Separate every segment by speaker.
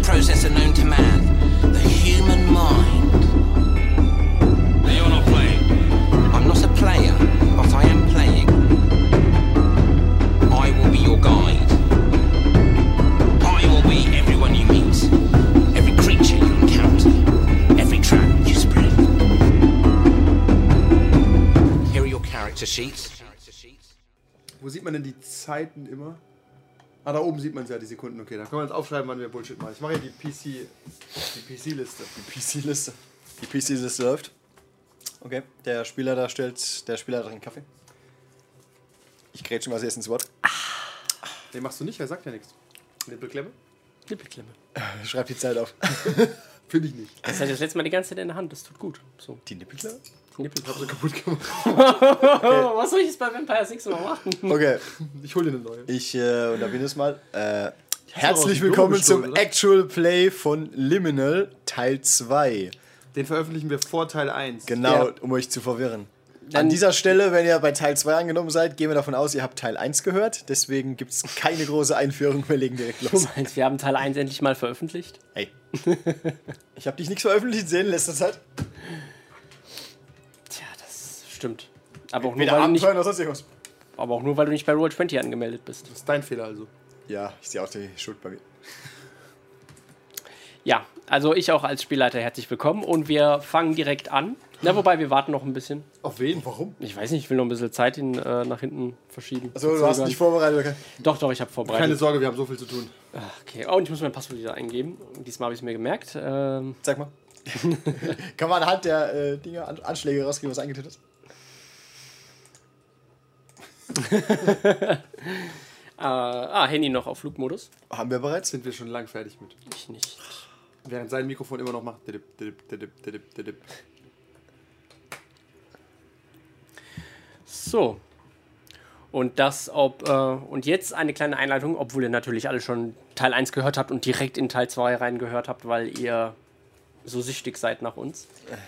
Speaker 1: processor known to man, the human mind.
Speaker 2: Now you're not playing.
Speaker 1: I'm not a player, but I am playing. I will be your guide. I will be everyone you meet, every creature you encounter, every trap you spread. Here are your character sheets.
Speaker 3: Wo sieht man denn die Zeiten immer? Ah, da oben sieht man es ja, die Sekunden. Okay, da können wir uns aufschreiben, wann wir Bullshit machen. Ich mache hier die PC-Liste.
Speaker 4: Die PC-Liste läuft. Okay, der Spieler da trinkt Kaffee. Ich grätsche mal als erstes ins Wort.
Speaker 3: Den machst du nicht, er sagt ja nichts. Nippelklemme?
Speaker 5: Nippelklemme.
Speaker 4: Schreib die Zeit auf.
Speaker 3: Finde ich nicht.
Speaker 5: Das hatte ich das letzte Mal die ganze Zeit in der Hand, das tut gut. So.
Speaker 4: Die Nippelklemme?
Speaker 3: Nippelklemme kaputt gemacht.
Speaker 5: Okay. Was soll ich jetzt bei Vampires nächstes Mal machen?
Speaker 4: Okay.
Speaker 3: Ich hol dir eine neue.
Speaker 4: Ich unterbinde es mal. Herzlich
Speaker 3: aus dem
Speaker 4: willkommen
Speaker 3: Klo
Speaker 4: zum
Speaker 3: gestohlen, oder?
Speaker 4: Actual Play von Liminal Teil 2.
Speaker 3: Den veröffentlichen wir vor Teil 1.
Speaker 4: Genau,
Speaker 5: Ja.
Speaker 4: um euch zu verwirren. An dieser Stelle, wenn ihr bei Teil 2 angenommen seid, gehen wir davon aus, ihr habt Teil 1 gehört. Deswegen gibt es keine große Einführung, wir legen direkt
Speaker 5: Du
Speaker 4: los.
Speaker 5: meinst, wir haben Teil 1 endlich mal veröffentlicht?
Speaker 4: Hey. Ich habe dich nichts veröffentlicht sehen in letzter Zeit.
Speaker 5: Tja, das stimmt. Aber auch, nur,
Speaker 4: Weder
Speaker 5: weil du nicht,
Speaker 4: Abenteuer noch sonst irgendwas.
Speaker 5: aber auch nur, weil du nicht bei Roll20 angemeldet bist.
Speaker 3: Das ist dein Fehler also.
Speaker 4: Ja, ich sehe auch die Schuld bei mir.
Speaker 5: Ja, also ich auch als Spielleiter herzlich willkommen und wir fangen direkt an. Na, wobei, wir warten noch ein bisschen.
Speaker 3: Auf wen?
Speaker 4: Warum?
Speaker 5: Ich weiß nicht, ich will noch ein bisschen Zeit nach hinten verschieben.
Speaker 4: Also du hast nicht vorbereitet, okay?
Speaker 5: Doch, ich habe vorbereitet.
Speaker 3: Keine Sorge, wir haben so viel zu tun.
Speaker 5: Okay, oh, und ich muss mein Passwort wieder eingeben. Diesmal habe ich es mir gemerkt.
Speaker 4: Sag mal. Kann man anhand der Dinge, Anschläge rausgeben, was du eingetippt hast?
Speaker 5: Handy noch auf Flugmodus.
Speaker 4: Haben wir bereits?
Speaker 3: Sind wir schon lang fertig mit.
Speaker 5: Ich nicht.
Speaker 3: Während sein Mikrofon immer noch macht. Didip, didip, didip, didip, didip.
Speaker 5: So. Und und jetzt eine kleine Einleitung, obwohl ihr natürlich alle schon Teil 1 gehört habt und direkt in Teil 2 reingehört habt, weil ihr so süchtig seid nach uns.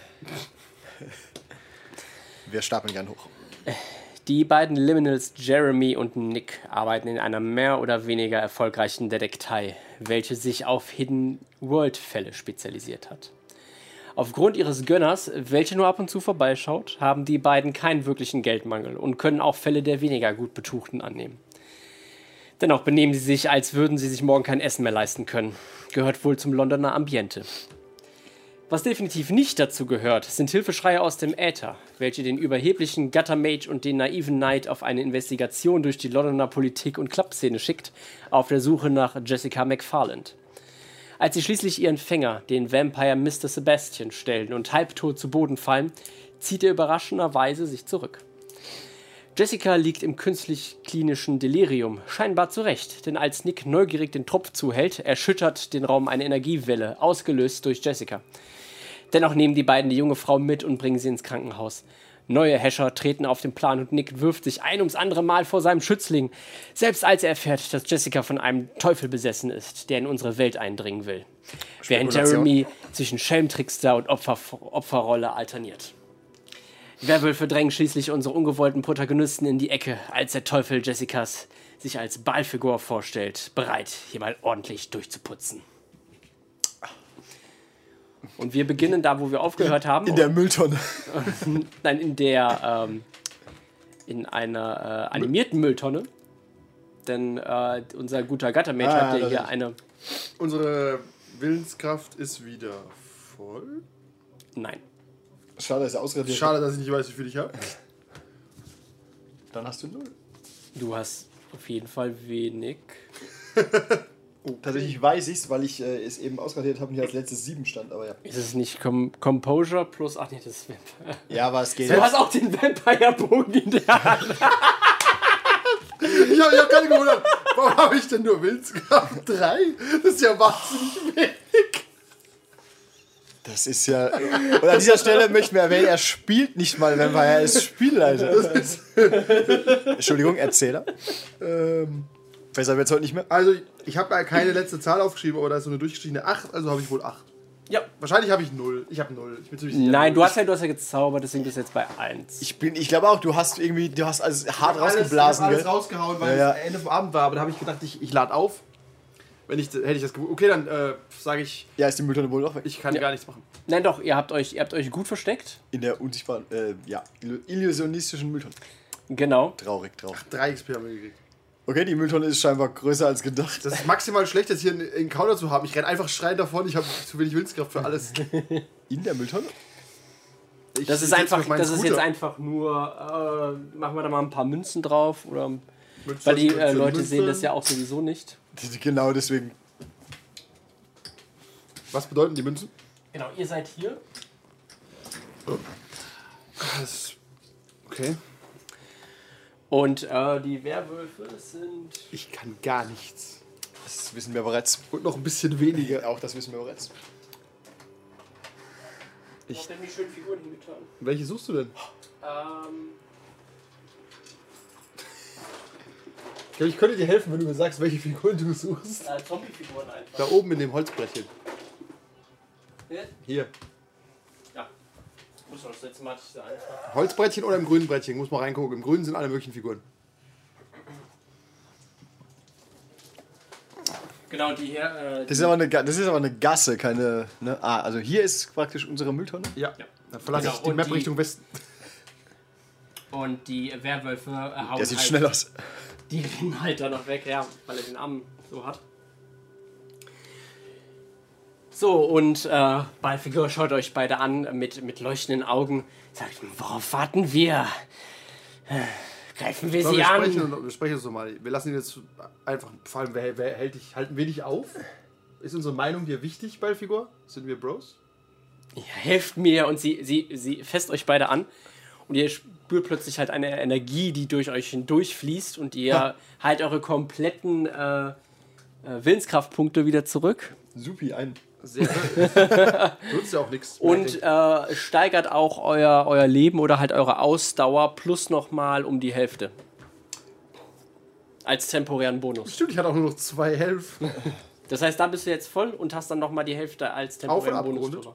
Speaker 4: Wir stapeln gern hoch.
Speaker 5: Die beiden Liminals Jeremy und Nick arbeiten in einer mehr oder weniger erfolgreichen Detektei, welche sich auf Hidden World Fälle spezialisiert hat. Aufgrund ihres Gönners, welcher nur ab und zu vorbeischaut, haben die beiden keinen wirklichen Geldmangel und können auch Fälle der weniger gut Betuchten annehmen. Dennoch benehmen sie sich, als würden sie sich morgen kein Essen mehr leisten können. Gehört wohl zum Londoner Ambiente. Was definitiv nicht dazu gehört, sind Hilfeschreie aus dem Äther, welche den überheblichen Gutter Mage und den naiven Knight auf eine Investigation durch die Londoner Politik und Clubszene schickt, auf der Suche nach Jessica McFarland. Als sie schließlich ihren Fänger, den Vampire Mr. Sebastian, stellen und halbtot zu Boden fallen, zieht er überraschenderweise sich zurück. Jessica liegt im künstlich-klinischen Delirium, scheinbar zurecht, denn als Nick neugierig den Tropf zuhält, erschüttert den Raum eine Energiewelle, ausgelöst durch Jessica. Dennoch nehmen die beiden die junge Frau mit und bringen sie ins Krankenhaus. Neue Häscher treten auf den Plan und Nick wirft sich ein ums andere Mal vor seinem Schützling, selbst als er erfährt, dass Jessica von einem Teufel besessen ist, der in unsere Welt eindringen will. Während Jeremy zwischen Schelmtrickster und Opferrolle alterniert. Werwölfe drängen schließlich unsere ungewollten Protagonisten in die Ecke, als der Teufel Jessicas sich als Ballfigur vorstellt, bereit, hier mal ordentlich durchzuputzen. Und wir beginnen da, wo wir aufgehört haben.
Speaker 4: In der Mülltonne.
Speaker 5: Nein, in einer animierten Mülltonne. Denn unser guter Gattermage hat ja hier eine...
Speaker 3: Unsere Willenskraft ist wieder voll.
Speaker 5: Nein.
Speaker 4: Schade, dass er ausradiert.
Speaker 3: Schade, dass ich nicht weiß, wie viel ich habe.
Speaker 4: Dann hast du 0.
Speaker 5: Du hast auf jeden Fall wenig.
Speaker 4: Tatsächlich weiß ich es, weil ich es eben ausradiert habe und hier als letztes 7 stand, aber ja.
Speaker 5: Ist es nicht Composure plus... Ach nee, das ist Vampire.
Speaker 4: Ja, aber es geht
Speaker 5: Du hast auch den Vampire-Bogen in der Hand.
Speaker 3: Ich hab gar nicht gewundert. Warum habe ich denn nur Willenskraft 3? Das ist ja wahnsinnig wenig.
Speaker 4: Das ist ja... Und an dieser Stelle möchten wir erwähnen, er spielt nicht mal Vampire, er ist Spielleiter. Entschuldigung, Erzähler. Besser wird's heute nicht mehr.
Speaker 3: Also, ich habe ja keine letzte Zahl aufgeschrieben, aber da ist so eine durchgestrichene 8, also habe ich wohl 8.
Speaker 5: Ja.
Speaker 3: Wahrscheinlich habe ich 0. Ich habe 0. Ich bin ziemlich sicher.
Speaker 5: Nein, du hast ja gezaubert, deswegen bist du jetzt bei 1.
Speaker 4: Ich glaube auch, du hast alles hart rausgeblasen.
Speaker 3: Ich habe alles
Speaker 4: gell?
Speaker 3: rausgehauen, weil
Speaker 4: Ja.
Speaker 3: es Ende vom Abend war, aber da habe ich gedacht, ich lade auf. Hätte ich das gewusst. Okay, dann sage ich,
Speaker 4: Ja, ist die Mülltonne wohl noch weg?
Speaker 3: ich kann gar nichts machen.
Speaker 5: Nein, doch, ihr habt euch gut versteckt.
Speaker 4: In der unsichtbaren, illusionistischen Mülltonne.
Speaker 5: Genau.
Speaker 4: Traurig.
Speaker 3: 3 XP haben wir gekriegt.
Speaker 4: Okay, die Mülltonne ist scheinbar größer als gedacht.
Speaker 3: Das ist maximal schlecht, jetzt hier einen Encounter zu haben. Ich renne einfach schreiend davon, ich habe zu wenig Willenskraft für alles.
Speaker 4: In der Mülltonne?
Speaker 5: Das ist jetzt einfach nur, machen wir da mal ein paar Münzen drauf oder. Weil die Leute sehen das ja auch sowieso nicht.
Speaker 4: Genau deswegen.
Speaker 3: Was bedeuten die Münzen?
Speaker 5: Genau, ihr seid hier.
Speaker 3: Okay.
Speaker 5: Und die Werwölfe sind.
Speaker 3: Ich kann gar nichts.
Speaker 4: Das wissen wir bereits.
Speaker 3: Und noch ein bisschen weniger.
Speaker 4: Auch das wissen wir bereits.
Speaker 5: Ich habe nämlich schön Figuren hingetan.
Speaker 3: Welche suchst du denn? Ich könnte dir helfen, wenn du mir sagst, welche Figuren du suchst.
Speaker 5: Zombie-Figuren einfach.
Speaker 3: Da oben in dem Holzbrettchen. Hier.
Speaker 5: Ja. Muss man das jetzt mal einfach.
Speaker 3: Holzbrettchen oder im grünen Brettchen? Muss mal reingucken. Im grünen sind alle möglichen Figuren.
Speaker 5: Genau, die hier.
Speaker 4: Das ist aber eine Gasse, keine. Ne? Also hier ist praktisch unsere Mülltonne.
Speaker 3: Ja. Dann verlasse
Speaker 5: Genau,
Speaker 3: ich die
Speaker 5: und
Speaker 3: Map
Speaker 5: die-
Speaker 3: Richtung Westen.
Speaker 5: Und die Werwölfe hauen
Speaker 4: Der sieht
Speaker 5: halt,
Speaker 4: schnell aus.
Speaker 5: Die rennen halt da noch weg, ja, weil er den Arm so hat. So, und Balfigur schaut euch beide an mit leuchtenden Augen. Sagt, worauf warten wir? Greifen wir sie an.
Speaker 3: Wir sprechen uns nochmal. Wir lassen ihn jetzt einfach. Vor allem, halten wir dich auf? Ist unsere Meinung dir wichtig, Ballfigur? Sind wir Bros?
Speaker 5: Ja, helft mir. Und sie fässt euch beide an. Und ihr spürt plötzlich halt eine Energie, die durch euch hindurchfließt. Und ihr halt eure kompletten Willenskraftpunkte wieder zurück.
Speaker 4: Supi, ein.
Speaker 3: Sehr. Nutzt ja auch nichts.
Speaker 5: Und steigert auch euer Leben oder halt eure Ausdauer plus nochmal um die Hälfte. Als temporären Bonus.
Speaker 3: Stimmt, ich hatte auch nur noch 2 Health.
Speaker 5: Das heißt, da bist du jetzt voll und hast dann nochmal die Hälfte als temporären
Speaker 3: Auf und
Speaker 5: Bonus.
Speaker 3: abgerundet?
Speaker 5: drüber.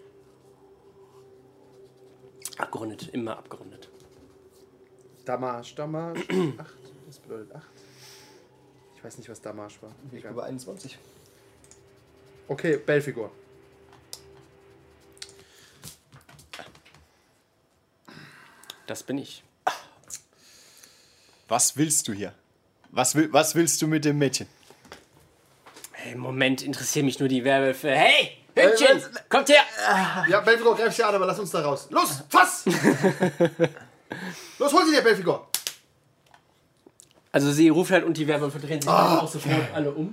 Speaker 5: Abgerundet, immer abgerundet.
Speaker 3: Damage. 8. Das bedeutet 8. Ich weiß nicht, was Damage war.
Speaker 4: Ich glaube 21.
Speaker 3: Okay, Bellfigur.
Speaker 5: Das bin ich.
Speaker 4: Was willst du hier? Was willst du mit dem Mädchen?
Speaker 5: Hey, im Moment interessieren mich nur die Werwölfe. Hey, Hündchen, kommt her!
Speaker 3: Ja, Bellfigur, greif sie an, aber lass uns da raus. Los, fass! Los, hol sie dir, Bellfigur!
Speaker 5: Also sie ruft halt und die Werwölfe drehen sich dann auch sofort alle um.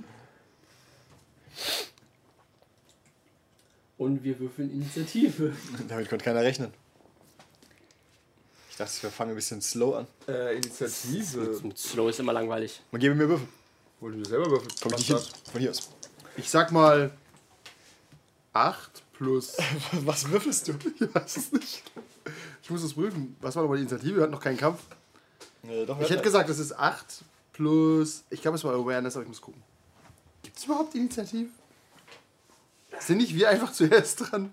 Speaker 5: Und wir würfeln Initiative.
Speaker 4: Damit konnte keiner rechnen. Ich dachte, wir fangen ein bisschen slow an.
Speaker 3: Initiative.
Speaker 5: Mit Slow ist immer langweilig.
Speaker 4: Man gebe mir Würfel.
Speaker 3: Wollen wir selber würfeln?
Speaker 4: Komm nicht hin. Von hier aus.
Speaker 3: Ich sag mal 8 plus.
Speaker 4: Was würfelst du?
Speaker 3: Ich weiß es nicht. Ich muss es prüfen. Was war nochmal die Initiative? Wir hatten noch keinen Kampf.
Speaker 4: Doch,
Speaker 3: Ich hätte gesagt, es ist 8 plus. Ich glaube, es war Awareness, aber ich muss gucken. Gibt es überhaupt Initiative? Sind nicht wir einfach zuerst dran?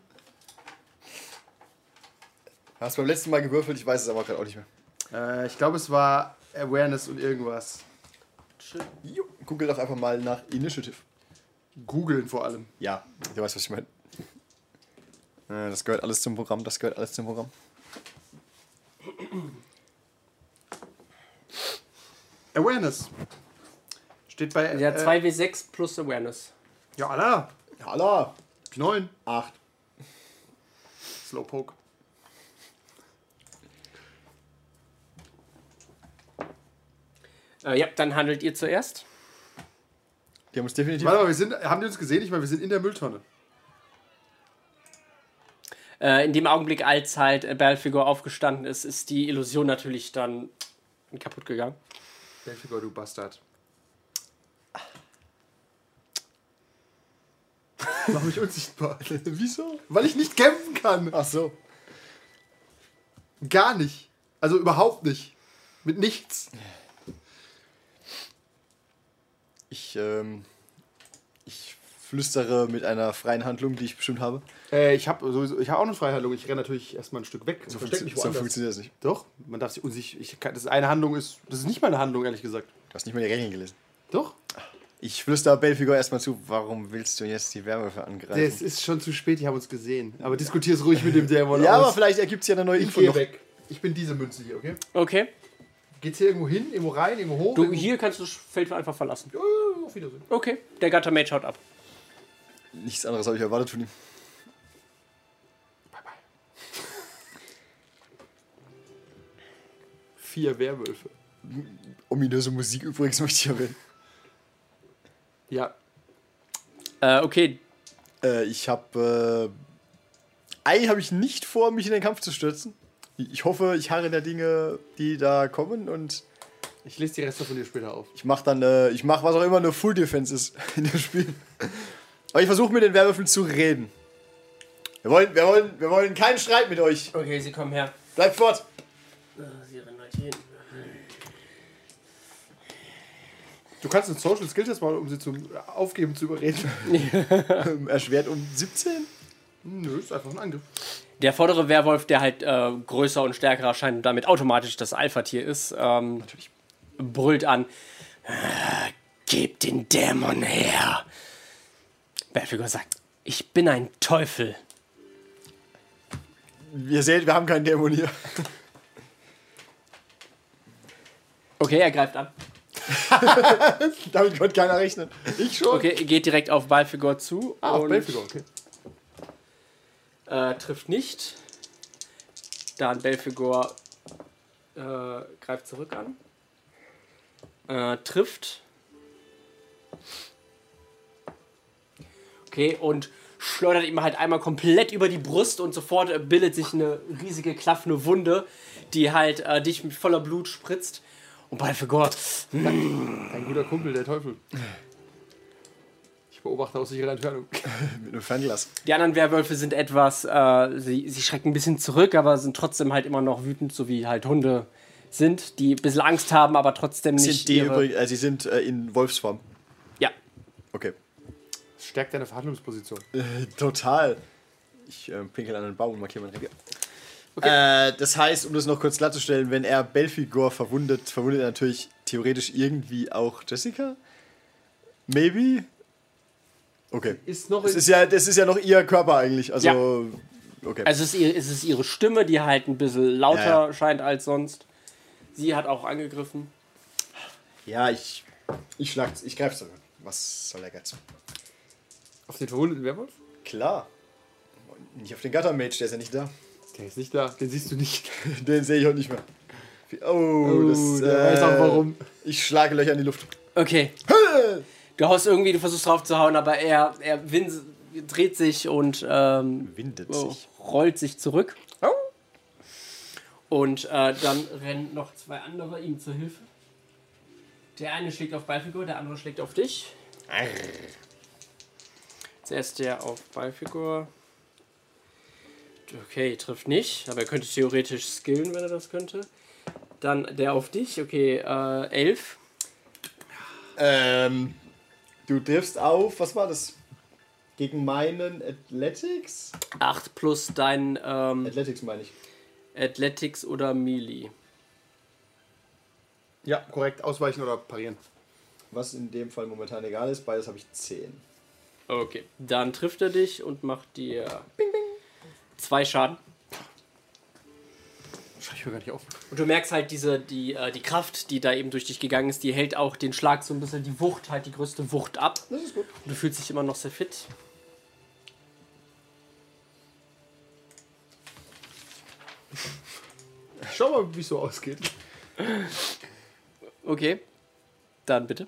Speaker 4: Hast beim letzten Mal gewürfelt, ich weiß es aber gerade auch nicht mehr.
Speaker 3: Ich glaube, es war Awareness und irgendwas.
Speaker 4: Jo, google doch einfach mal nach Initiative.
Speaker 3: Googeln vor allem.
Speaker 4: Ja, du weißt, was ich meine. Das gehört alles zum Programm,
Speaker 3: Awareness. Steht bei.
Speaker 5: Ja, 2W6 plus Awareness.
Speaker 3: Ja, Allah.
Speaker 4: Hallo!
Speaker 3: 9.
Speaker 4: 8.
Speaker 3: Slowpoke.
Speaker 5: Ja, dann handelt ihr zuerst.
Speaker 4: Die haben uns definitiv.
Speaker 3: Warte mal, haben die uns gesehen? Ich meine, wir sind in der Mülltonne.
Speaker 5: In dem Augenblick, als halt Balfigur aufgestanden ist, ist die Illusion natürlich dann kaputt gegangen.
Speaker 3: Bellfigur, du Bastard. Mach mich unsichtbar.
Speaker 4: Wieso?
Speaker 3: Weil ich nicht kämpfen kann.
Speaker 4: Ach so.
Speaker 3: Gar nicht. Also überhaupt nicht. Mit nichts.
Speaker 4: Ich flüstere mit einer freien Handlung, die ich bestimmt habe.
Speaker 3: Ich habe auch eine Freihandlung. Ich renne natürlich erstmal ein Stück weg.
Speaker 4: So
Speaker 3: versteck mich
Speaker 4: funktioniert
Speaker 3: woanders.
Speaker 4: das nicht.
Speaker 3: Doch, man darf sich unsicher. Das ist eine Handlung, das ist nicht meine Handlung, ehrlich gesagt.
Speaker 4: Du hast nicht mal die Regeln gelesen.
Speaker 3: Doch?
Speaker 4: Ich flüstere Belfigur erstmal zu, warum willst du jetzt die Werwölfe angreifen?
Speaker 3: Es ist schon zu spät, die haben uns gesehen. Aber diskutier es ruhig mit dem Dämon
Speaker 4: Ja,
Speaker 3: aus.
Speaker 4: aber vielleicht ergibt es ja eine neue
Speaker 3: Ich
Speaker 4: Info
Speaker 3: gehe
Speaker 4: noch.
Speaker 3: weg. Ich bin diese Münze hier, okay?
Speaker 5: Okay.
Speaker 3: Geht's hier irgendwo hin, irgendwo rein, irgendwo hoch?
Speaker 5: Du,
Speaker 3: irgendwo...
Speaker 5: hier kannst du das Feld einfach verlassen.
Speaker 3: Auf Wiedersehen.
Speaker 5: Okay. Der Gattermage haut ab.
Speaker 4: Nichts anderes habe ich erwartet von ihm.
Speaker 3: Bye, bye. 4 Werwölfe.
Speaker 4: Ominöse Musik übrigens möchte ich erwähnen.
Speaker 3: Ja.
Speaker 5: Okay.
Speaker 4: Ich habe... eigentlich habe ich nicht vor, mich in den Kampf zu stürzen. Ich hoffe, ich harre der Dinge, die da kommen und
Speaker 3: Ich lese die Reste von dir später auf.
Speaker 4: ich mache dann, was auch immer eine Full Defense ist in dem Spiel. Aber ich versuche mit den Werwölfen zu reden. Wir wollen keinen Streit mit euch.
Speaker 5: Okay, sie kommen her.
Speaker 4: Bleibt fort.
Speaker 5: Sie rennen halt hier hin.
Speaker 3: Du kannst einen Social Skill Test machen, um sie zum Aufgeben zu überreden.
Speaker 4: Erschwert um 17?
Speaker 3: Nö, ist einfach ein Angriff.
Speaker 5: Der vordere Werwolf, der halt größer und stärker erscheint und damit automatisch das Alpha-Tier ist, brüllt an: Gebt den Dämon her! Belfigur sagt: Ich bin ein Teufel.
Speaker 4: Ihr seht, wir haben keinen Dämon hier.
Speaker 5: Okay, er greift an.
Speaker 4: Damit konnte keiner rechnen. Ich schon.
Speaker 5: Okay, geht direkt auf Belfigur zu.
Speaker 3: Auf
Speaker 5: und
Speaker 3: Belfigur, okay.
Speaker 5: Trifft nicht. Dann Belfigur greift zurück an. Trifft. Okay, und schleudert ihm halt einmal komplett über die Brust und sofort bildet sich eine riesige, klaffende Wunde, die halt dich mit voller Blut spritzt. Und Belfigur,
Speaker 3: Ein guter Kumpel, der Teufel. Ich beobachte aus sicherer Entfernung.
Speaker 4: Mit einem Fernglas.
Speaker 5: die anderen Werwölfe sind etwas, sie schrecken ein bisschen zurück, aber sind trotzdem halt immer noch wütend, so wie halt Hunde sind, die ein bisschen Angst haben, aber trotzdem nicht
Speaker 4: Sind die übrigens, sie sind in Wolfsform.
Speaker 5: Ja.
Speaker 4: Okay.
Speaker 3: Das stärkt deine Verhandlungsposition.
Speaker 4: Total. Ich pinkel an den Baum und markiere mein Revier. Das heißt, um das noch kurz klarzustellen, wenn er Belfigur verwundet er natürlich theoretisch irgendwie auch Jessica? Maybe? Okay.
Speaker 3: Ist noch
Speaker 4: Das ist ja noch ihr Körper eigentlich. Also,
Speaker 5: Ja.
Speaker 4: okay.
Speaker 5: Also es ist ihre Stimme, die halt ein bisschen lauter
Speaker 4: Ja.
Speaker 5: scheint als sonst. Sie hat auch angegriffen.
Speaker 4: Ja, ich greife zurück. Was soll der Geiz?
Speaker 3: auf den verwundeten Werwolf?
Speaker 4: Klar. Nicht auf den Gattermage, der ist ja nicht da.
Speaker 3: Der ist nicht da, den siehst du nicht.
Speaker 4: Den sehe ich heute nicht mehr. Oh,
Speaker 3: der weiß auch warum.
Speaker 4: Ich schlage Löcher in die Luft.
Speaker 5: Okay. Du versuchst drauf zu hauen, aber er dreht sich und
Speaker 4: Windet sich.
Speaker 5: rollt sich zurück. Und dann rennen noch 2 andere ihm zur Hilfe. Der eine schlägt auf Belfigur, der andere schlägt auf dich. Zuerst der auf Belfigur. Okay, trifft nicht, aber er könnte theoretisch skillen, wenn er das könnte. Dann der auf dich, okay, 11.
Speaker 4: Du triffst auf, was war das? Gegen meinen Athletics?
Speaker 5: 8 plus dein
Speaker 4: Athletics meine ich.
Speaker 5: Athletics oder Melee.
Speaker 3: Ja, korrekt. Ausweichen oder parieren.
Speaker 4: Was in dem Fall momentan egal ist, beides habe ich 10.
Speaker 5: Okay, dann trifft er dich und macht dir 2 Schaden.
Speaker 3: Schau ich mir gar nicht auf.
Speaker 5: Und du merkst halt die Kraft, die da eben durch dich gegangen ist, die hält auch den Schlag so ein bisschen, die Wucht, halt die größte Wucht ab.
Speaker 4: Das ist gut.
Speaker 5: Und du fühlst dich immer noch sehr fit.
Speaker 3: Schau mal, wie es so ausgeht.
Speaker 5: Okay, dann bitte.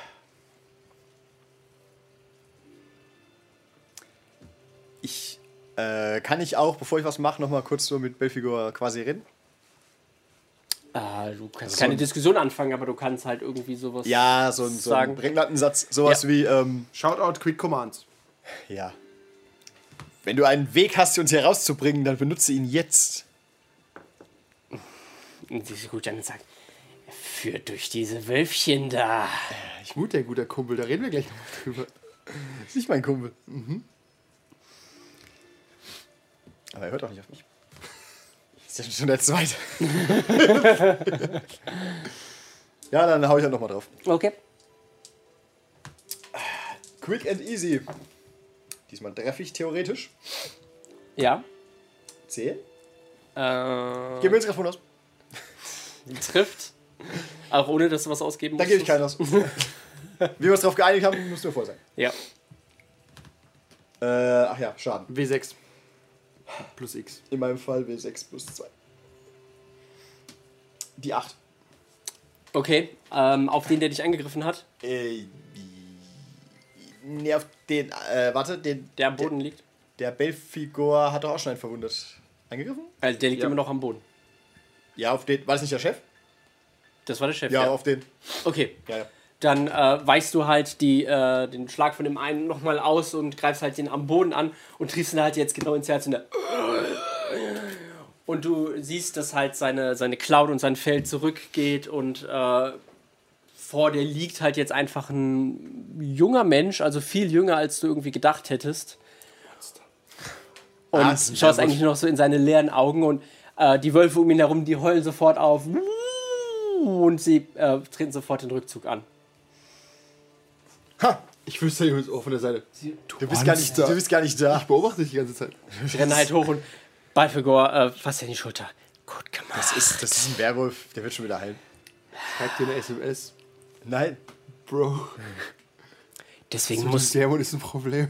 Speaker 4: Kann ich auch, bevor ich was mache, nochmal kurz so mit Belfigur quasi reden?
Speaker 5: Du kannst keine Diskussion anfangen, aber du kannst halt irgendwie sowas
Speaker 4: Ja, so ein
Speaker 5: sagen.
Speaker 4: Bringlantensatz. Sowas
Speaker 5: Ja.
Speaker 4: wie,
Speaker 3: Shoutout Quick Commands.
Speaker 4: ja. Wenn du einen Weg hast, uns hier rauszubringen, dann benutze ihn jetzt.
Speaker 5: Und sie sich gut an und sagt, führt durch diese Wölfchen da.
Speaker 3: Gut, der guter Kumpel, da reden wir gleich nochmal drüber.
Speaker 4: Ist nicht mein Kumpel. Aber er hört auch nicht auf mich. Ist ja schon der zweite. Ja, dann hau ich halt nochmal drauf.
Speaker 5: Okay.
Speaker 4: Quick and easy. Diesmal treffe ich theoretisch.
Speaker 5: Ja.
Speaker 4: 10.
Speaker 5: Gib
Speaker 4: Gib mir jetzt Grafon aus.
Speaker 5: Trifft. Auch ohne, dass du was ausgeben
Speaker 4: Da
Speaker 5: musst.
Speaker 4: gebe ich keinen aus. Wie wir uns darauf geeinigt haben, musst du mir vor sein.
Speaker 5: Ja.
Speaker 4: Ach ja, Schaden.
Speaker 3: W6. Plus X.
Speaker 4: In meinem Fall W6 plus 2. Die 8.
Speaker 5: Okay. Auf den, der dich angegriffen hat,
Speaker 4: Nee, auf den, warte,
Speaker 5: der am Boden liegt.
Speaker 4: der Belfigur hat doch auch schon einen verwundet. Angegriffen?
Speaker 5: Also der liegt
Speaker 3: Ja.
Speaker 5: immer noch am Boden.
Speaker 4: Ja, auf den, war das nicht der Chef?
Speaker 5: Das war der Chef.
Speaker 4: Ja, auf den.
Speaker 5: Okay.
Speaker 4: Ja.
Speaker 5: Dann weichst du halt den Schlag von dem einen nochmal aus und greifst halt den am Boden an und triffst ihn halt jetzt genau ins Herz. Und du siehst, dass halt seine Cloud und sein Fell zurückgeht und vor dir liegt halt jetzt einfach ein junger Mensch, also viel jünger, als du irgendwie gedacht hättest. Und
Speaker 4: ist ein
Speaker 5: schaust
Speaker 4: Werwolf.
Speaker 5: eigentlich nur noch so in seine leeren Augen und die Wölfe um ihn herum, die heulen sofort auf und sie treten sofort den Rückzug an.
Speaker 3: Ha! Ich wüsste übrigens auch von der Seite.
Speaker 4: Du bist gar nicht da.
Speaker 3: Ich beobachte dich die ganze Zeit.
Speaker 5: Sie rennen halt hoch und Balfegor fasst dir in die Schulter. Gut gemacht.
Speaker 4: Das ist ein Werwolf, der wird schon wieder heilen.
Speaker 3: Schreib dir eine SMS.
Speaker 4: Nein.
Speaker 3: Bro.
Speaker 5: Deswegen
Speaker 3: So,
Speaker 5: muss...
Speaker 3: der Dämon ist ein Problem.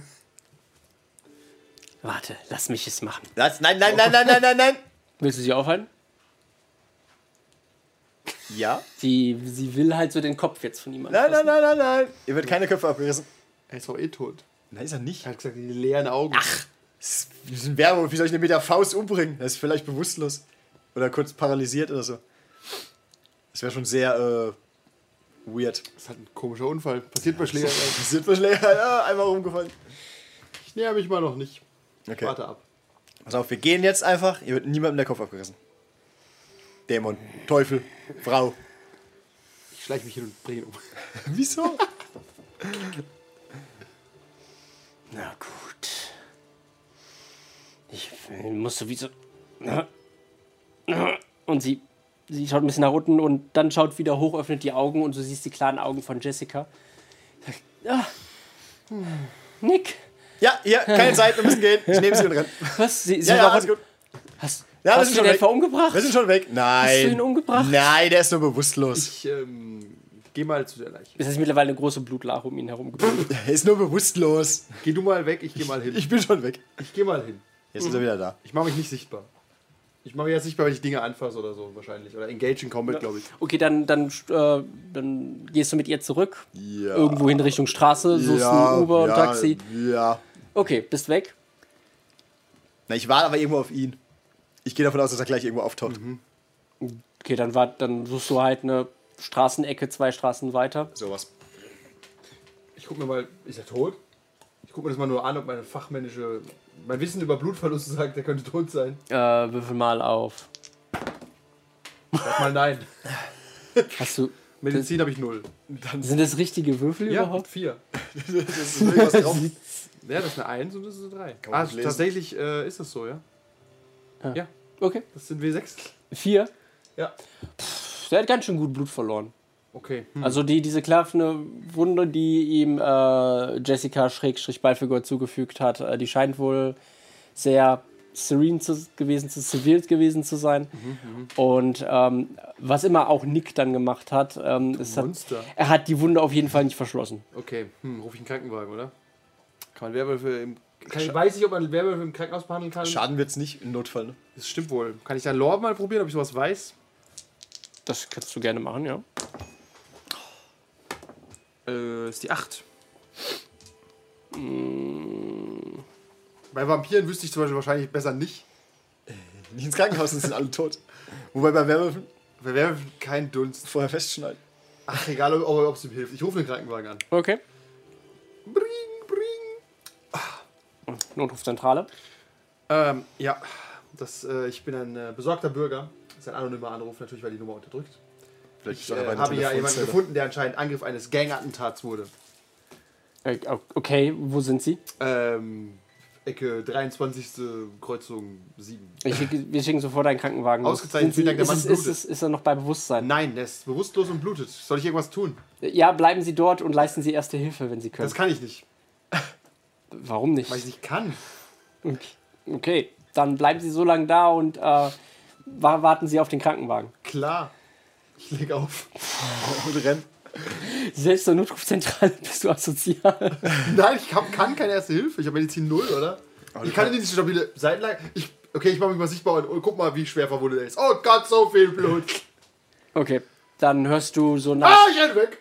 Speaker 5: Warte, lass mich es machen.
Speaker 4: Nein.
Speaker 5: Willst du sie aufhalten?
Speaker 4: Ja?
Speaker 5: Sie will halt so den Kopf jetzt von ihm anfassen.
Speaker 4: Nein. Ihr wird keine Köpfe abgerissen.
Speaker 3: Er ist doch eh tot.
Speaker 4: Nein, ist er nicht.
Speaker 3: Er hat gesagt, die leeren Augen.
Speaker 4: Das ist ein Werwolf, wie soll ich den mit der Faust umbringen? Er ist vielleicht bewusstlos. Oder kurz paralysiert oder so. Das wäre schon sehr, weird.
Speaker 3: Das ist halt ein komischer Unfall. Passiert bei Schläger.
Speaker 4: Passiert was Schläger, ja, einmal rumgefallen.
Speaker 3: Ich näher mich mal noch nicht.
Speaker 4: Okay.
Speaker 3: Warte ab.
Speaker 4: Pass auf, wir gehen jetzt einfach. Ihr wird niemandem der Kopf abgerissen. Dämon, Teufel, Frau.
Speaker 3: Ich schleiche mich hin und bringe ihn um.
Speaker 4: Wieso?
Speaker 5: Na gut. Ich muss sowieso... Und sie schaut ein bisschen nach unten und dann schaut wieder hoch, öffnet die Augen und du siehst die klaren Augen von Jessica. Nick,
Speaker 4: Ja, hier, keine Zeit, wir müssen gehen. Ich nehme sie und rennen.
Speaker 5: was? Sie
Speaker 4: Ja,
Speaker 5: war
Speaker 4: alles gut.
Speaker 5: Hast
Speaker 4: Ja,
Speaker 5: du den etwa umgebracht?
Speaker 4: Wir sind schon weg. Nein.
Speaker 5: Hast du ihn umgebracht?
Speaker 4: Nein, der ist nur bewusstlos.
Speaker 3: Ich geh mal zu der Leiche.
Speaker 5: Es ist mittlerweile eine große Blutlache um ihn herum gebildet.
Speaker 4: Er ist nur bewusstlos.
Speaker 3: Geh du mal weg, ich geh mal hin.
Speaker 4: Ich bin schon weg.
Speaker 3: Ich geh mal hin.
Speaker 4: Jetzt ist er wieder da.
Speaker 3: Ich mache mich nicht sichtbar. Ich mache mich jetzt sichtbar, wenn ich Dinge anfasse oder so wahrscheinlich. Oder engage in Combat, glaube ich.
Speaker 5: Okay, dann gehst du mit ihr zurück.
Speaker 4: Ja.
Speaker 5: Irgendwo in Richtung Straße, suchst ein Uber und Taxi.
Speaker 4: Ja.
Speaker 5: Okay, bist weg.
Speaker 4: Na, ich warte aber irgendwo auf ihn. Ich gehe davon aus, dass er gleich irgendwo auftaucht.
Speaker 5: Okay, dann suchst du halt eine Straßenecke 2 Straßen weiter.
Speaker 4: Sowas.
Speaker 3: Ich guck mir mal, ist er tot? Ich guck mir das mal nur an, ob mein Wissen über Blutverluste sagt, der könnte tot sein.
Speaker 5: Würfel mal auf.
Speaker 3: Sag mal nein.
Speaker 5: Hast du.
Speaker 3: Medizin habe ich 0.
Speaker 5: Sind das richtige Würfel
Speaker 3: Ja,
Speaker 5: überhaupt?
Speaker 3: 4.
Speaker 4: Das ist irgendwas drauf.
Speaker 3: Ja, das ist eine 1 und das ist eine 3.
Speaker 4: Kann man nicht lesen.
Speaker 3: Tatsächlich ist das so, ja? Ja,
Speaker 5: Okay.
Speaker 3: das sind W6.
Speaker 5: 4.
Speaker 3: Ja.
Speaker 5: Der hat ganz schön gut Blut verloren.
Speaker 3: Okay.
Speaker 5: Also diese klaffende Wunde, die ihm Jessica Balfegor zugefügt hat, die scheint wohl sehr severe gewesen zu sein. Und was immer auch Nick dann gemacht hat,
Speaker 3: Monster.
Speaker 5: er hat die Wunde auf jeden Fall nicht verschlossen.
Speaker 3: Okay, ruf ich einen Krankenwagen, oder? Kann man Werwölfe weiß ich, ob man Werwölfe im Krankenhaus behandeln kann?
Speaker 4: Schaden wird's nicht im Notfall, ne?
Speaker 3: Das stimmt wohl. Kann ich dann Lore mal probieren, ob ich sowas weiß?
Speaker 5: Das kannst du gerne machen, ja.
Speaker 3: Ist die 8. Bei Vampiren wüsste ich zum Beispiel wahrscheinlich besser nicht.
Speaker 4: Nicht ins Krankenhaus, sonst sind alle tot. Wobei bei Werwölfen
Speaker 3: Bei Werwölfen kein Dunst.
Speaker 4: vorher festschneiden.
Speaker 3: Ach, egal, ob es ihm hilft. Ich rufe den Krankenwagen an.
Speaker 5: Okay.
Speaker 3: Bring.
Speaker 5: Notrufzentrale.
Speaker 3: Ja. Ich bin ein besorgter Bürger. Das ist ein anonymer Anruf, natürlich, weil die Nummer unterdrückt.
Speaker 4: Vielleicht
Speaker 3: Ich
Speaker 4: ist auch einfach eine
Speaker 3: habe ja jemanden
Speaker 4: Telefonzelle.
Speaker 3: gefunden, der anscheinend Angriff eines Gang-Attentats wurde.
Speaker 5: Okay, wo sind sie?
Speaker 3: Ecke 23. Kreuzung 7.
Speaker 5: Wir schicken sofort einen Krankenwagen.
Speaker 3: Ausgezeichnet, vielen Dank, der Mann blutet.
Speaker 5: Ist er noch bei Bewusstsein?
Speaker 3: Nein, der ist bewusstlos und blutet. Soll ich irgendwas tun?
Speaker 5: Ja, bleiben Sie dort und leisten Sie erste Hilfe, wenn Sie können.
Speaker 3: Das kann ich nicht.
Speaker 5: Warum nicht?
Speaker 3: Weil ich nicht kann.
Speaker 5: Okay, dann bleiben Sie so lange da und warten Sie auf den Krankenwagen.
Speaker 3: Klar. Ich leg auf.
Speaker 4: Und renn.
Speaker 5: Selbst zur Notrufzentrale bist du asozial.
Speaker 3: Nein, ich kann keine Erste Hilfe. Ich habe Medizin 0, oder? Ich kann nicht diese stabile Seitenlage. Ich mache mich mal sichtbar und guck mal, wie schwer verwundet er ist. Oh Gott, so viel Blut.
Speaker 5: Okay, dann hörst du so nach...
Speaker 3: Ah, ich renn weg.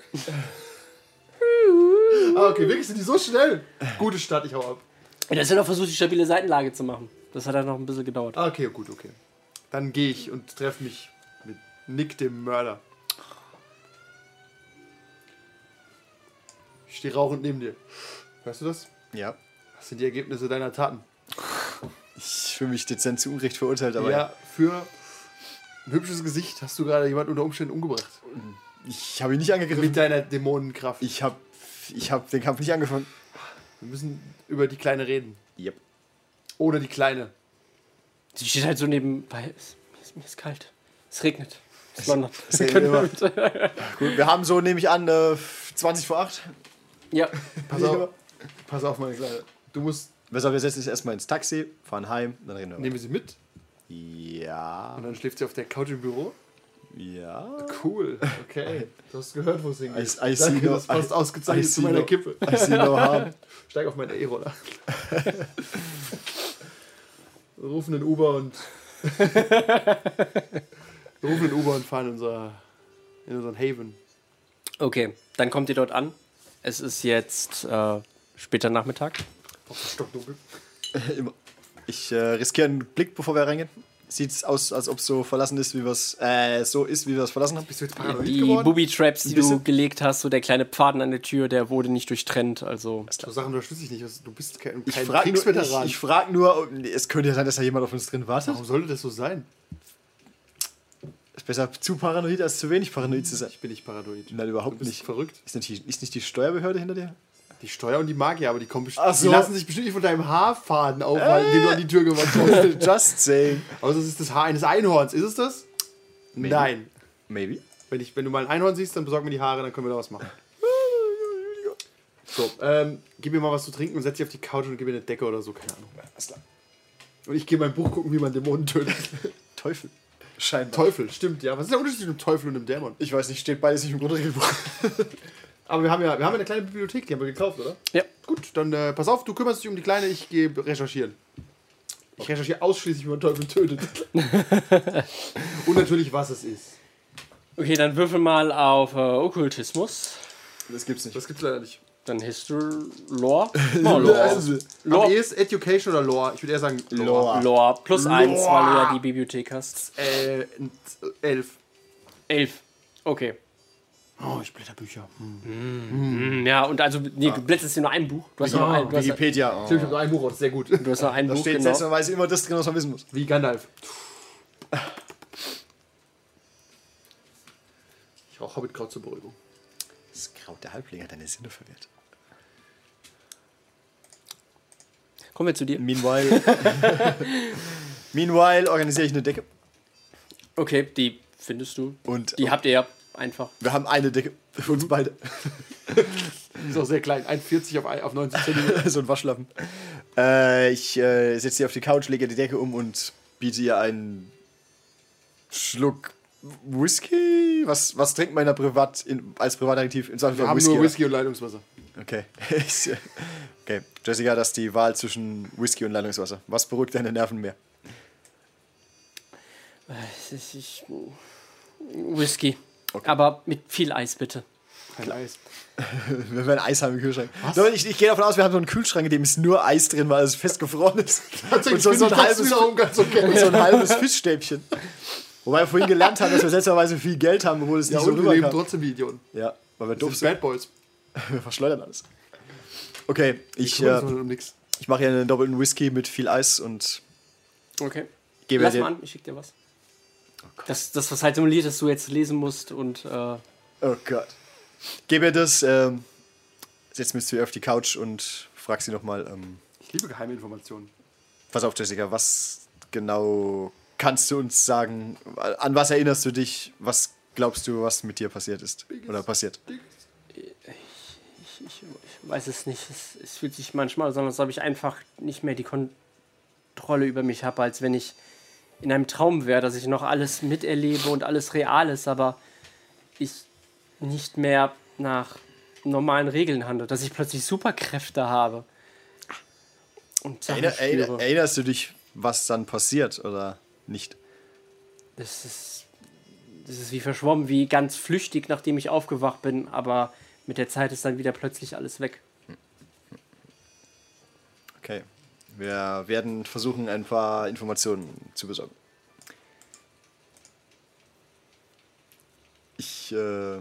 Speaker 3: Okay, wirklich sind die so schnell. Gute Stadt, ich hau ab.
Speaker 5: Er hat ja noch versucht, die stabile Seitenlage zu machen. Das hat dann noch ein bisschen gedauert.
Speaker 3: Okay, gut, okay. Dann gehe ich und treffe mich mit Nick, dem Mörder. Ich stehe rauchend neben dir. Hörst du das?
Speaker 4: Ja.
Speaker 3: Was sind die Ergebnisse deiner Taten?
Speaker 4: Ich fühle mich dezent zu Unrecht verurteilt, aber
Speaker 3: Ja, für ein hübsches Gesicht hast du gerade jemanden unter Umständen umgebracht.
Speaker 4: ich habe ihn nicht angegriffen.
Speaker 3: Mit deiner Dämonenkraft.
Speaker 4: Ich hab den Kampf nicht angefangen.
Speaker 3: Wir müssen über die Kleine reden.
Speaker 4: Yep.
Speaker 3: Ohne die Kleine.
Speaker 5: Sie steht halt so nebenbei. Mir ist kalt. Es regnet. Es ist London.
Speaker 4: Immer. Gut, wir haben so, nehme ich an, 20 vor 8.
Speaker 5: Ja.
Speaker 3: Pass auf, meine Kleine. Du musst.
Speaker 4: Wir setzen uns erstmal ins Taxi, fahren heim, dann reden wir.
Speaker 3: Nehmen wir sie mit
Speaker 4: Ja.
Speaker 3: und dann schläft sie auf der Couch im Büro.
Speaker 4: Ja.
Speaker 3: Cool. Okay. Du hast gehört, wo es hingeht.
Speaker 4: I see
Speaker 3: Danke,
Speaker 4: no-
Speaker 3: das passt
Speaker 4: I
Speaker 3: ausgezeichnet
Speaker 4: see
Speaker 3: zu meiner
Speaker 4: no-
Speaker 3: Kippe.
Speaker 4: I see no harm.
Speaker 3: Steig auf meine E-Roller. Wir rufen den Uber und fahren in unseren Haven.
Speaker 5: Okay, dann kommt ihr dort an. Es ist jetzt später Nachmittag.
Speaker 3: Stockdunkel.
Speaker 4: Immer. Ich riskiere einen Blick, bevor wir reingehen. Sieht es aus, als ob es so verlassen ist, wie wir es verlassen haben.
Speaker 3: Bist du jetzt paranoid
Speaker 5: Die
Speaker 3: geworden?
Speaker 5: Booby-Traps, die
Speaker 4: Ein
Speaker 5: du
Speaker 4: bisschen.
Speaker 5: gelegt hast, so der kleine Pfaden an der Tür, der wurde nicht durchtrennt. Also
Speaker 3: So Sachen unterstütze ich nicht. Du bist kein
Speaker 4: Ich frage
Speaker 3: Kriegsveteran.
Speaker 4: ich frag nur, es könnte ja sein, dass da jemand auf uns drin wartet.
Speaker 3: Warum sollte das so sein?
Speaker 4: Ist besser zu paranoid als zu wenig paranoid zu sein.
Speaker 3: Ich bin nicht paranoid.
Speaker 4: Nein, überhaupt
Speaker 3: Du bist
Speaker 4: nicht.
Speaker 3: verrückt.
Speaker 4: Ist nicht die Steuerbehörde hinter dir?
Speaker 3: Die Steuer und die Magier, aber die kommen bestimmt.
Speaker 4: Ach so.
Speaker 3: Die lassen sich bestimmt nicht von deinem Haarfaden aufhalten, den du an die Tür gemacht hast.
Speaker 4: Just saying.
Speaker 3: Aber das ist das Haar eines Einhorns. Ist es das?
Speaker 4: Maybe.
Speaker 3: Nein.
Speaker 4: Maybe.
Speaker 3: Wenn du mal ein Einhorn siehst, dann besorg mir die Haare, dann können wir da was machen. So, gib mir mal was zu trinken und setz dich auf die Couch und gib mir eine Decke oder so, keine Ahnung.
Speaker 4: Alles klar.
Speaker 3: Und ich gehe mein Buch gucken, wie man Dämonen tötet.
Speaker 4: Teufel. Scheinbar.
Speaker 3: Teufel, stimmt, ja. Was ist der Unterschied zwischen einem Teufel und einem Dämon?
Speaker 4: Ich weiß nicht, steht beides nicht im Grundregelbuch.
Speaker 3: Aber wir haben ja eine kleine Bibliothek, die haben wir gekauft, oder?
Speaker 5: ja.
Speaker 3: Gut, dann pass auf, du kümmerst dich um die Kleine, ich gehe recherchieren. Ich recherchiere ausschließlich, wie man Teufel tötet. Und natürlich, was es ist.
Speaker 5: Okay, dann würfel mal auf Okkultismus.
Speaker 4: Das gibt's nicht.
Speaker 3: Das gibt's leider nicht.
Speaker 5: Dann History, Lore. Oh, Lore.
Speaker 3: Am ehesten Education oder Lore? Ich würde eher sagen Lore.
Speaker 5: Lore. Plus 1, weil du ja die Bibliothek hast.
Speaker 3: 11.
Speaker 5: 11. Okay.
Speaker 3: Oh, ich blätter Bücher.
Speaker 5: Ja, und also, nee, du blätterst hier nur ein Buch. Du hast nur ein,
Speaker 4: Wikipedia. Oh.
Speaker 3: Stimmt, ich habe nur ein Buch, das ist sehr gut.
Speaker 5: du hast nur ein
Speaker 4: Da
Speaker 5: Buch,
Speaker 4: steht
Speaker 5: genau.
Speaker 4: seltsamerweise immer das drin, was man wissen muss.
Speaker 3: Wie Gandalf. Ich rauche Hobbitkraut zur Beruhigung.
Speaker 4: Das Kraut der Halblinge hat deine Sinne verwirrt.
Speaker 5: Kommen wir zu dir.
Speaker 4: Meanwhile organisiere ich eine Decke.
Speaker 5: Okay, die findest du.
Speaker 4: Und
Speaker 5: Die habt ihr ja einfach.
Speaker 4: wir haben eine Decke für uns beide.
Speaker 3: Die ist auch sehr klein. 1,40 auf 90 cm.
Speaker 4: So ein Waschlappen. Ich setze sie auf die Couch, lege die Decke um und biete ihr einen Schluck Whisky. Was trinkt man als Privatdetektiv? Im Zweifel
Speaker 3: Wir haben
Speaker 4: Whisky,
Speaker 3: nur
Speaker 4: oder?
Speaker 3: Whisky und Leitungswasser.
Speaker 4: Okay. Okay. Jessica, das ist die Wahl zwischen Whisky und Leitungswasser. Was beruhigt deine Nerven mehr?
Speaker 5: Whisky.
Speaker 4: Okay.
Speaker 5: Aber mit viel Eis, bitte.
Speaker 3: Kein Eis.
Speaker 4: Wir werden Eis haben im Kühlschrank. So, ich gehe davon aus, wir haben so einen Kühlschrank, in dem ist nur Eis drin, weil es festgefroren ist.
Speaker 3: Tatsächlich
Speaker 4: Und so
Speaker 3: finde
Speaker 4: ein
Speaker 3: ich das wiederum ganz okay.
Speaker 4: Und so ein halbes Fischstäbchen. Wobei wir vorhin gelernt haben, dass wir seltsamerweise viel Geld haben, obwohl es
Speaker 3: Ja,
Speaker 4: nicht so
Speaker 3: und wir leben
Speaker 4: rüberkam.
Speaker 3: trotzdem wie Idioten.
Speaker 4: Ja, weil wir
Speaker 3: Das
Speaker 4: doof
Speaker 3: sind
Speaker 4: sind.
Speaker 3: Bad Boys.
Speaker 4: Wir verschleudern alles. Okay, ich
Speaker 3: Das um nix.
Speaker 4: mache hier einen doppelten Whisky mit viel Eis und
Speaker 5: Okay.
Speaker 4: gebe
Speaker 5: Lass
Speaker 4: dir...
Speaker 5: mal an, ich schick dir was. Das, was halt simuliert, dass du jetzt lesen musst und
Speaker 4: Oh Gott. Gebe ihr das, setz mich zu ihr auf die Couch und frag sie nochmal,
Speaker 3: Ich liebe geheime Informationen.
Speaker 4: pass auf Jessica, was genau kannst du uns sagen, an was erinnerst du dich, was glaubst du, was mit dir passiert ist oder passiert?
Speaker 5: ich weiß es nicht. Es fühlt sich manchmal so an, als ob ich einfach nicht mehr die Kontrolle über mich habe, als wenn ich in einem Traum wäre, dass ich noch alles miterlebe und alles real ist, aber ich nicht mehr nach normalen Regeln handle, dass ich plötzlich Superkräfte habe. Und Sachen spüre.
Speaker 4: Erinnerst du dich, was dann passiert oder nicht?
Speaker 5: Das ist wie verschwommen, wie ganz flüchtig, nachdem ich aufgewacht bin, aber mit der Zeit ist dann wieder plötzlich alles weg.
Speaker 4: Okay. Wir werden versuchen, ein paar Informationen zu besorgen. Ich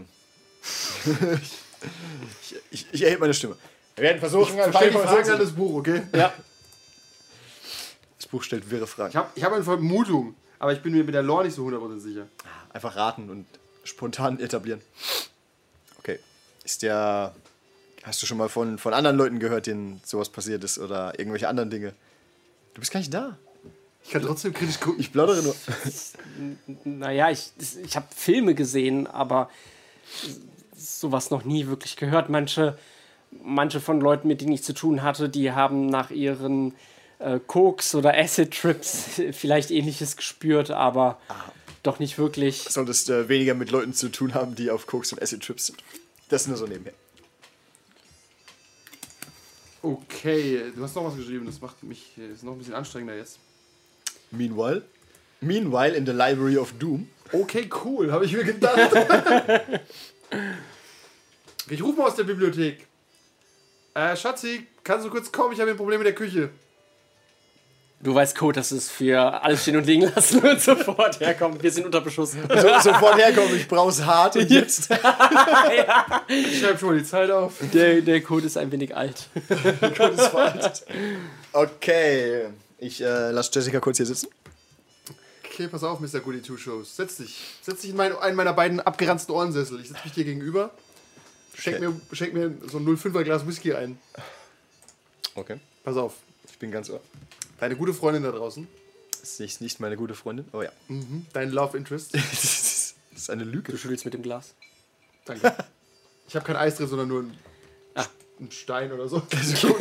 Speaker 4: erhebe meine Stimme. Wir werden versuchen, ein paar
Speaker 3: Stell die Fragen an
Speaker 4: Informationen.
Speaker 3: das Buch, okay?
Speaker 5: Ja.
Speaker 4: Das Buch stellt wirre Fragen.
Speaker 3: Ich hab eine Vermutung, aber ich bin mir mit der Lore nicht so 100% sicher.
Speaker 4: Einfach raten und spontan etablieren. Okay. Hast du schon mal von anderen Leuten gehört, denen sowas passiert ist oder irgendwelche anderen Dinge? Du bist gar nicht da.
Speaker 3: Ich kann trotzdem kritisch gucken.
Speaker 4: Ich plaudere nur.
Speaker 5: Naja, ich habe Filme gesehen, aber sowas noch nie wirklich gehört. Manche von Leuten, mit denen ich zu tun hatte, die haben nach ihren Koks- oder Acid-Trips vielleicht Ähnliches gespürt, aber doch nicht wirklich.
Speaker 4: Solltest weniger mit Leuten zu tun haben, die auf Koks und Acid-Trips sind. Das nur so nebenher.
Speaker 3: Okay, du hast noch was geschrieben, das ist noch ein bisschen anstrengender jetzt.
Speaker 4: Meanwhile in the Library of Doom.
Speaker 3: Okay, cool, habe ich mir gedacht. Ich rufe mal aus der Bibliothek. Schatzi, kannst du kurz kommen? Ich habe ein Problem mit der Küche.
Speaker 5: Du weißt Code, das ist für alles stehen und liegen lassen und sofort herkommen. Wir sind unter Beschuss.
Speaker 4: Sofort herkommen, ich brauch's hart und jetzt.
Speaker 3: Ich schreibe schon mal die Zeit auf.
Speaker 5: Der Code ist ein wenig alt.
Speaker 4: Okay, ich lasse Jessica kurz hier sitzen.
Speaker 3: Okay, pass auf, Mr. Goody Two Shows. Setz dich in einen meiner beiden abgeranzten Ohrensessel. Ich setze mich dir gegenüber. Schenk mir so ein 0,5er Glas Whisky ein.
Speaker 4: Okay,
Speaker 3: Pass auf.
Speaker 4: ich bin ganz ohr.
Speaker 3: Deine gute Freundin da draußen.
Speaker 4: Das ist nicht meine gute Freundin, aber ja.
Speaker 3: Dein Love Interest.
Speaker 4: Das ist eine Lüge.
Speaker 5: Du schüttelst mit dem Glas.
Speaker 3: Danke. Ich habe kein Eis drin, sondern nur ein Stein oder so.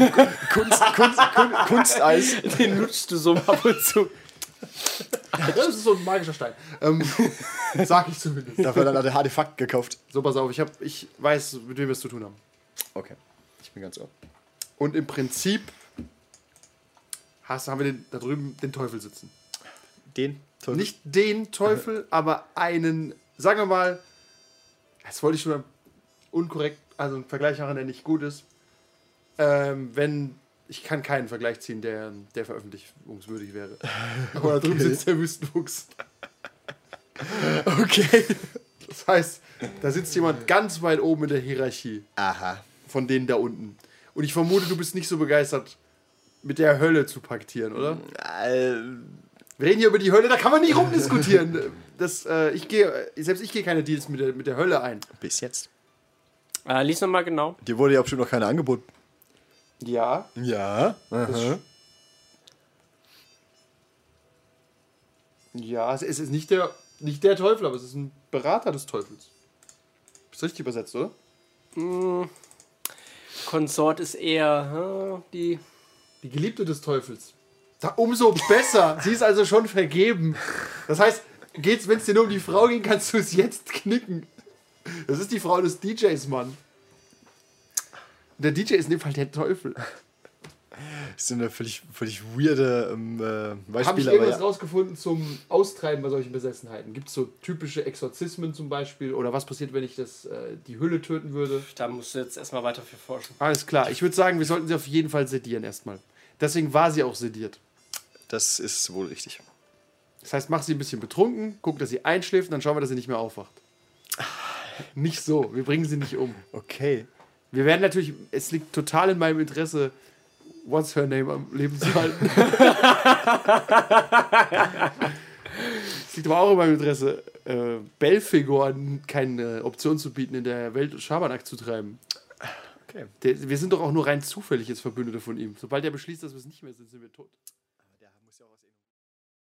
Speaker 4: Kunsteis.
Speaker 5: Den lutschst du so ab und zu.
Speaker 3: Das ist so ein magischer Stein. Sag ich zumindest.
Speaker 4: Dafür dann ein Artefakt gekauft.
Speaker 3: So, pass auf, ich weiß, mit wem wir es zu tun haben.
Speaker 4: Okay, ich bin ganz ohr.
Speaker 3: Und im Prinzip haben wir da drüben den Teufel sitzen.
Speaker 4: Den Teufel?
Speaker 3: Nicht den Teufel, aber einen, sagen wir mal, das wollte ich schon unkorrekt, also einen Vergleich machen, der nicht gut ist. Ich kann keinen Vergleich ziehen, der veröffentlichungswürdig wäre. Aber da drüben sitzt der Wüstenfuchs.
Speaker 4: Okay.
Speaker 3: Das heißt, da sitzt jemand ganz weit oben in der Hierarchie.
Speaker 4: Aha.
Speaker 3: Von denen da unten. Und ich vermute, du bist nicht so begeistert, mit der Hölle zu paktieren, oder? Wir reden hier über die Hölle, da kann man nicht rumdiskutieren. Selbst ich gehe keine Deals mit der Hölle ein.
Speaker 4: Bis jetzt.
Speaker 5: Lies nochmal genau.
Speaker 4: Dir wurde ja bestimmt noch keine angeboten.
Speaker 3: Ja.
Speaker 4: Ja.
Speaker 3: Ja, es ist nicht der Teufel, aber es ist ein Berater des Teufels. Ist richtig übersetzt, oder?
Speaker 5: Konsort ist eher die
Speaker 3: Geliebte des Teufels. Umso besser. Sie ist also schon vergeben. Das heißt, wenn es dir nur um die Frau ging, kannst du es jetzt knicken. Das ist die Frau des DJs, Mann. Und der DJ ist in dem Fall der Teufel.
Speaker 4: Das sind eine völlig weirde Beispiele.
Speaker 3: Habe ich irgendwas rausgefunden zum Austreiben bei solchen Besessenheiten? Gibt es so typische Exorzismen zum Beispiel? Oder was passiert, wenn ich die Hülle töten würde?
Speaker 5: Da musst du jetzt erstmal weiter für forschen.
Speaker 3: Alles klar. Ich würde sagen, wir sollten sie auf jeden Fall sedieren erstmal. Deswegen war sie auch sediert.
Speaker 4: Das ist wohl richtig.
Speaker 3: Das heißt, mach sie ein bisschen betrunken, guck, dass sie einschläft und dann schauen wir, dass sie nicht mehr aufwacht. Nicht so. Wir bringen sie nicht um.
Speaker 4: Okay.
Speaker 3: Wir werden natürlich, es liegt total in meinem Interesse, What's Her Name am Leben zu halten. Es liegt aber auch in meinem Interesse, Belphegor keine Option zu bieten, in der Welt Schabernack zu treiben.
Speaker 4: Okay.
Speaker 3: Wir sind doch auch nur rein zufällig jetzt Verbündete von ihm. Sobald er beschließt, dass wir es nicht mehr sind, sind wir tot.